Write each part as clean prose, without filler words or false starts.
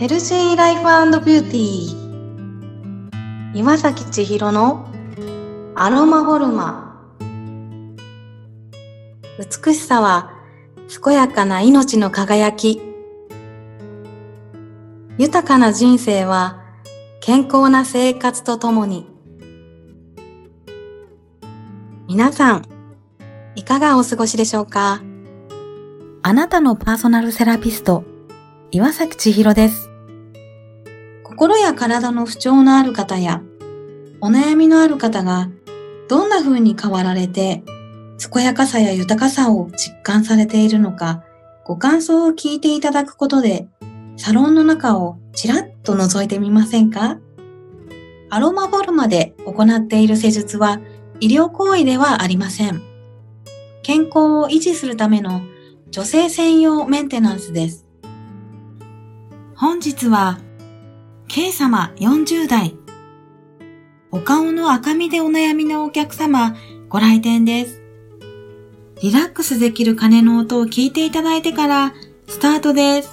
ヘルシーライフ&ビューティー、岩崎千尋のアロマフォルマ。美しさは健やかな命の輝き。豊かな人生は健康な生活とともに。皆さん、いかがお過ごしでしょうか？あなたのパーソナルセラピスト、岩崎千尋です。心や体の不調のある方や、お悩みのある方が、どんな風に変わられて、健やかさや豊かさを実感されているのか、ご感想を聞いていただくことで、サロンの中をちらっと覗いてみませんか？アロマフォルマで行っている施術は、医療行為ではありません。健康を維持するための女性専用メンテナンスです。本日は、K 様40代。お顔の赤みでお悩みのお客様、ご来店です。リラックスできる鐘の音を聞いていただいてから、スタートです。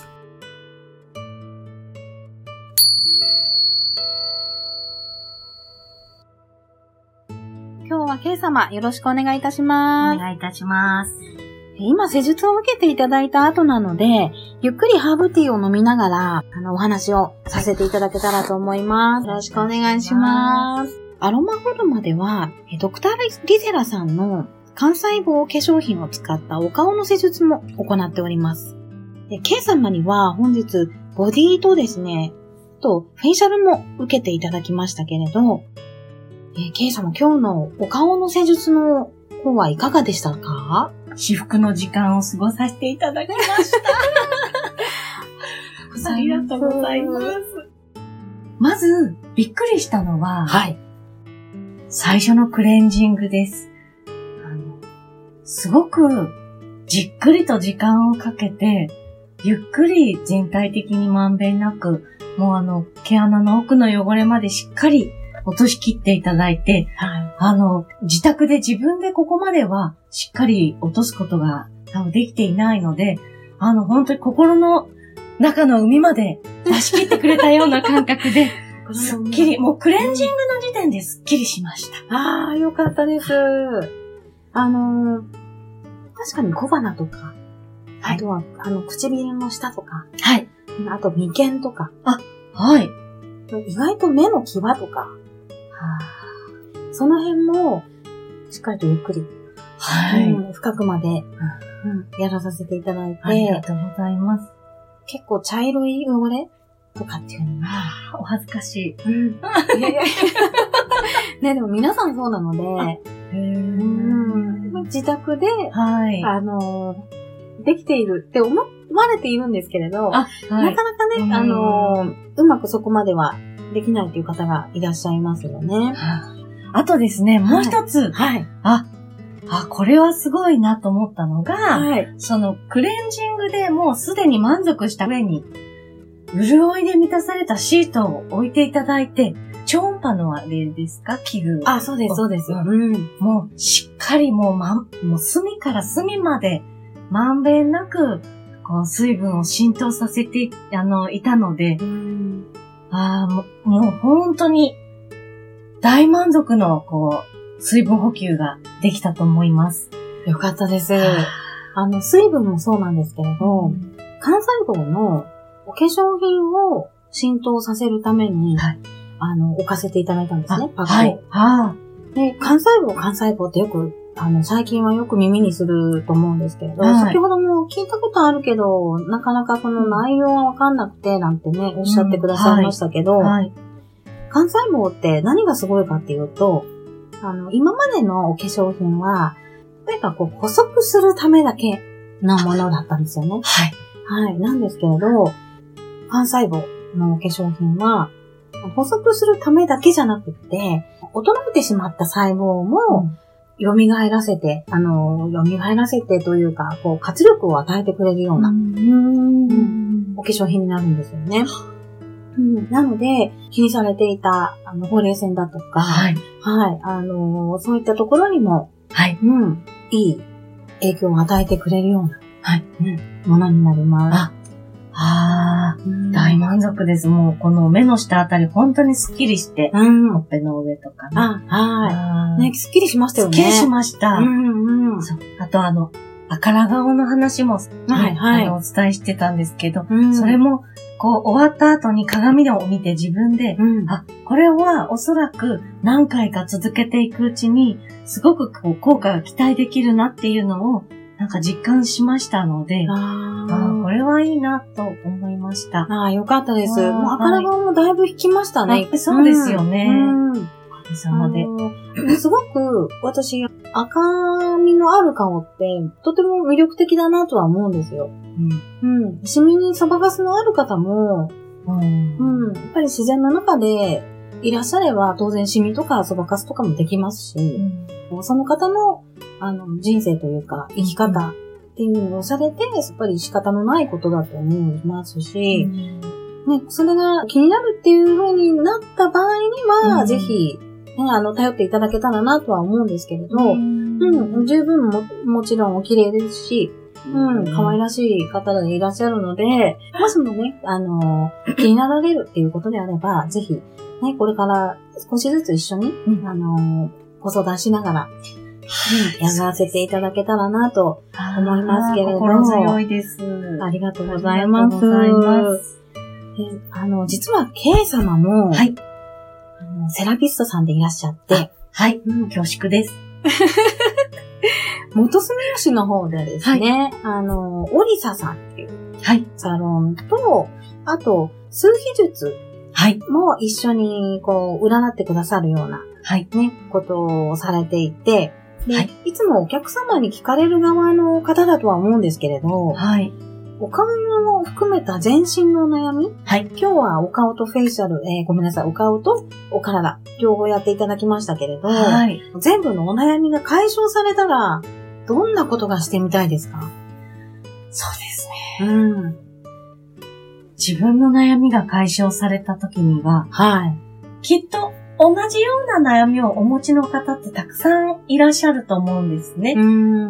今日は K 様、よろしくお願いいたします。 お願いいたします。 今、施術を受けていただいた後なので、ゆっくりハーブティーを飲みながら、お話をさせていただけたらと思います。よろしくお願いします。アロマフォルマでは、ドクターリゼラさんの幹細胞化粧品を使ったお顔の施術も行っております。K 様には本日、ボディとですね、フェイシャルも受けていただきましたけれど、K 様今日のお顔の施術の方はいかがでしたか？ 至福の時間を過ごさせていただきました。ありがとうございます。まず、びっくりしたのは、最初のクレンジングです。すごくじっくりと時間をかけて、ゆっくり全体的にまんべんなく、もう毛穴の奥の汚れまでしっかり落としきっていただいて、自宅で自分でここまではしっかり落とすことが多分できていないので、本当に心の中の海まで出し切ってくれたような感覚で、すっきり、もうクレンジングの時点ですっきりしました。 よかったです。確かに小鼻とか、あとは、唇の下とか、あと眉間とか、意外と目の際とか、その辺も、しっかりとゆっくり、深くまで、やらさせていただいて、 ありがとうございます。 結構茶色い汚れとかっていうのは、 お恥ずかしい。 ね、でも皆さんそうなので、自宅で、できているって思われているんですけれど、なかなかね、うまくそこまではできないという方がいらっしゃいますよね。 あとですね、もう一つ、これはすごいなと思ったのが、そのクレンジングでもうすでに満足した上に、潤いで満たされたシートを置いていただいて、超音波のあれですか？器具。 そうです、そうです。 もうしっかりもう隅から隅までまんべんなく、こう水分を浸透させていたので、もう本当に大満足の水分補給ができたと思います。 よかったです。水分もそうなんですけれど、幹細胞のお化粧品を浸透させるために、置かせていただいたんですね、パックを。で、幹細胞ってよく、最近はよく耳にすると思うんですけれど、先ほども聞いたことあるけど、なかなかその内容はわかんなくて、なんてね、おっしゃってくださいましたけど、幹細胞って何がすごいかっていうと、今までのお化粧品は、とにかく細くするためだけのものだったんですよね。なんですけれど、幹細胞のお化粧品は、細くするためだけじゃなくて、衰えてしまった細胞も、蘇らせてというか、活力を与えてくれるような、お化粧品になるんですよね。なので、気にされていた、ほうれい線だとか、そういったところにも、いい影響を与えてくれるような、ものになります。 大満満足です。もうこの目の下あたり本当にスッキリして、ほっぺの上とかね。 はい。ね、スッキリしましたよね。 スッキリしました。そう。あと赤ら顔の話も、お伝えしてたんですけど、それも、こう、終わった後に鏡を見て自分で、これはおそらく何回か続けていくうちに、すごくこう効果が期待できるなっていうのを、なんか実感しましたので、これはいいなと思いました。 よかったです。もう赤ら顔もだいぶ引きましたね。 そうですよね。おかげさまで。 すごく私、赤みのある顔ってとても魅力的だなとは思うんですよ。シミにそばかすのある方も、やっぱり自然の中でいらっしゃれば当然シミとかそばかすとかもできますし、その方の人生というか生き方っていうのをされて、やっぱり仕方のないことだと思いますし、ね、それが気になるっていう風になった場合には、ぜひ、頼っていただけたらなとは思うんですけれど、十分もちろんお綺麗ですし、可愛らしい方でいらっしゃるので、もしもね、気になられるっていうことであれば、ぜひ、ね、これから少しずつ一緒に、ご相談しながら、やらせていただけたらなと思いますけれども。 心強いです。 ありがとうございます。実は K 様も、セラピストさんでいらっしゃって、 恐縮です。 元住吉の方でですね、オリサさんっていうサロンと、あと、数秘術も一緒にこう、占ってくださるような、ことをされていて、で、いつもお客様に聞かれる側の方だとは思うんですけれど、お顔を含めた全身のお悩み、今日はお顔とフェイシャル、お顔とお体、両方やっていただきましたけれど、全部のお悩みが解消されたら、どんなことがしてみたいですか？ そうですね。自分の悩みが解消された時には、きっと同じような悩みをお持ちの方ってたくさんいらっしゃると思うんですね。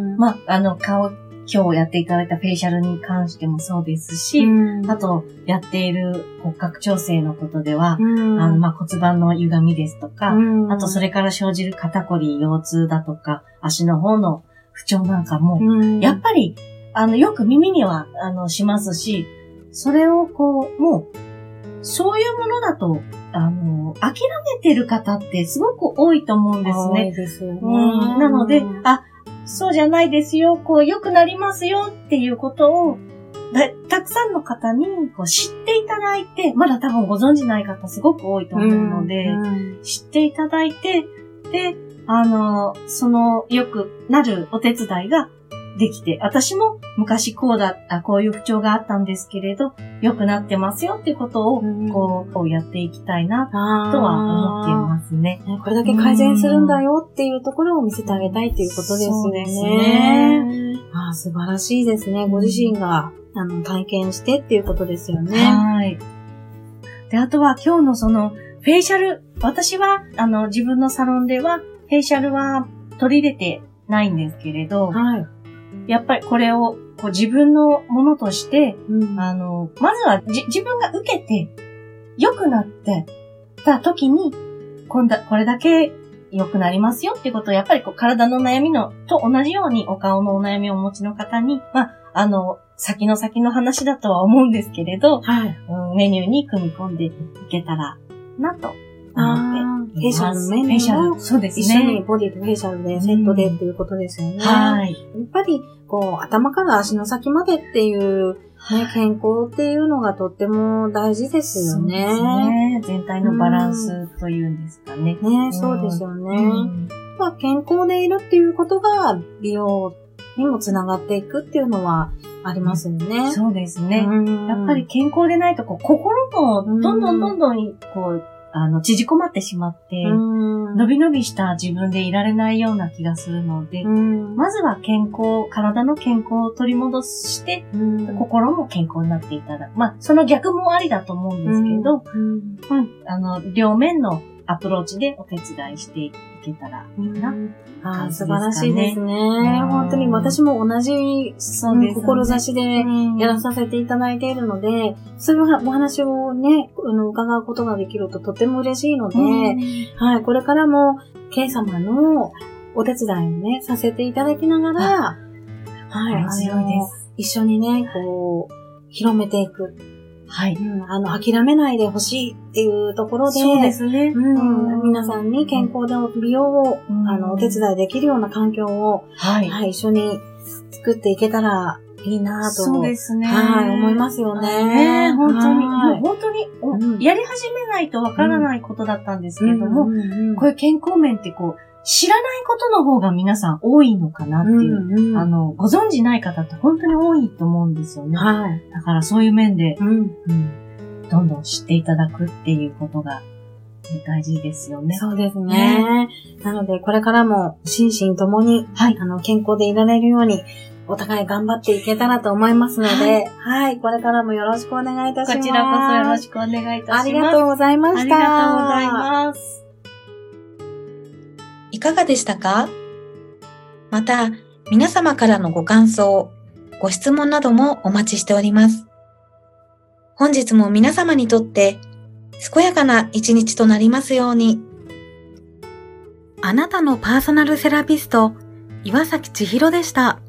今日やっていただいたフェイシャルに関してもそうですし、あと、やっている骨格調整のことでは、骨盤の歪みですとか、あとそれから生じる肩こり、腰痛だとか、足の方の不調なんかも、やっぱり、よく耳には、しますし、それをこう、もう、そういうものだと、諦めてる方ってすごく多いと思うんですね。 多いですよね。 なので、そうじゃないですよ、こう良くなりますよっていうことを、たくさんの方にこう知っていただいて、まだ多分ご存じない方すごく多いと思うので、知っていただいて、で、その良くなるお手伝いができて、私も昔こういう不調があったんですけれど、良くなってますよっていうことを、こうやっていきたいな、とは思っていますね。 これだけ改善するんだよっていうところを見せてあげたいっていうことですよね。そうですね。素晴らしいですね。ご自身が、体験してっていうことですよね。 で、あとは今日のその、フェイシャル、私は、自分のサロンでは、フェイシャルは取り入れてないんですけれど、やっぱりこれをこう自分のものとして、まずは自分が受けて良くなってた時に、これだけ良くなりますよっていうことを、やっぱりこう体の悩みのと同じようにお顔のお悩みをお持ちの方に、先の話だとは思うんですけれど、メニューに組み込んでいけたらなと思って。 フェイシャルのメニューをそうですね。 一緒にボディとフェイシャルでセットでっていうことですよね。やっぱり、こう、頭から足の先までっていう、健康っていうのがとっても大事ですよね。 そうですね。全体のバランスというんですかね。 そうですよね。健康でいるっていうことが美容にもつながっていくっていうのはありますよね。 そうですね。やっぱり健康でないと、心もどんどん、縮こまってしまって、のびのびした自分でいられないような気がするので、まずは体の健康を取り戻して、心も健康になっていただく。その逆もありだと思うんですけど、両面のアプローチでお手伝いしていけたらいいな。 素晴らしいですね。本当に私も同じ志でやらさせていただいているので、そういうお話をね、伺うことができるととても嬉しいので、はい、これからも、K 様のお手伝いをね、させていただきながら、はい、 強いです。 一緒にね、こう、広めていく。 はい。 諦めないでほしいっていうところで、 そうですね。 皆さんに健康で美容を、お手伝いできるような環境を、はい、一緒に作っていけたらいいなと。 そうですね。 はい、思いますよね。 本当に、本当に、やり始めないとわからないことだったんですけれども、こういう健康面って知らないことの方が皆さん多いのかなっていう、ご存じない方って本当に多いと思うんですよね。はい。だからそういう面で、どんどん知っていただくっていうことが大事ですよね。 そうですね。なので、これからも心身ともに、はい、健康でいられるように、お互い頑張っていけたらと思いますので、はい、これからもよろしくお願いいたします。 こちらこそよろしくお願いいたします。 ありがとうございました。 ありがとうございます。 いかがでしたか？また、皆様からのご感想、ご質問などもお待ちしております。本日も皆様にとって、健やかな一日となりますように。 あなたのパーソナルセラピスト、岩崎千尋でした。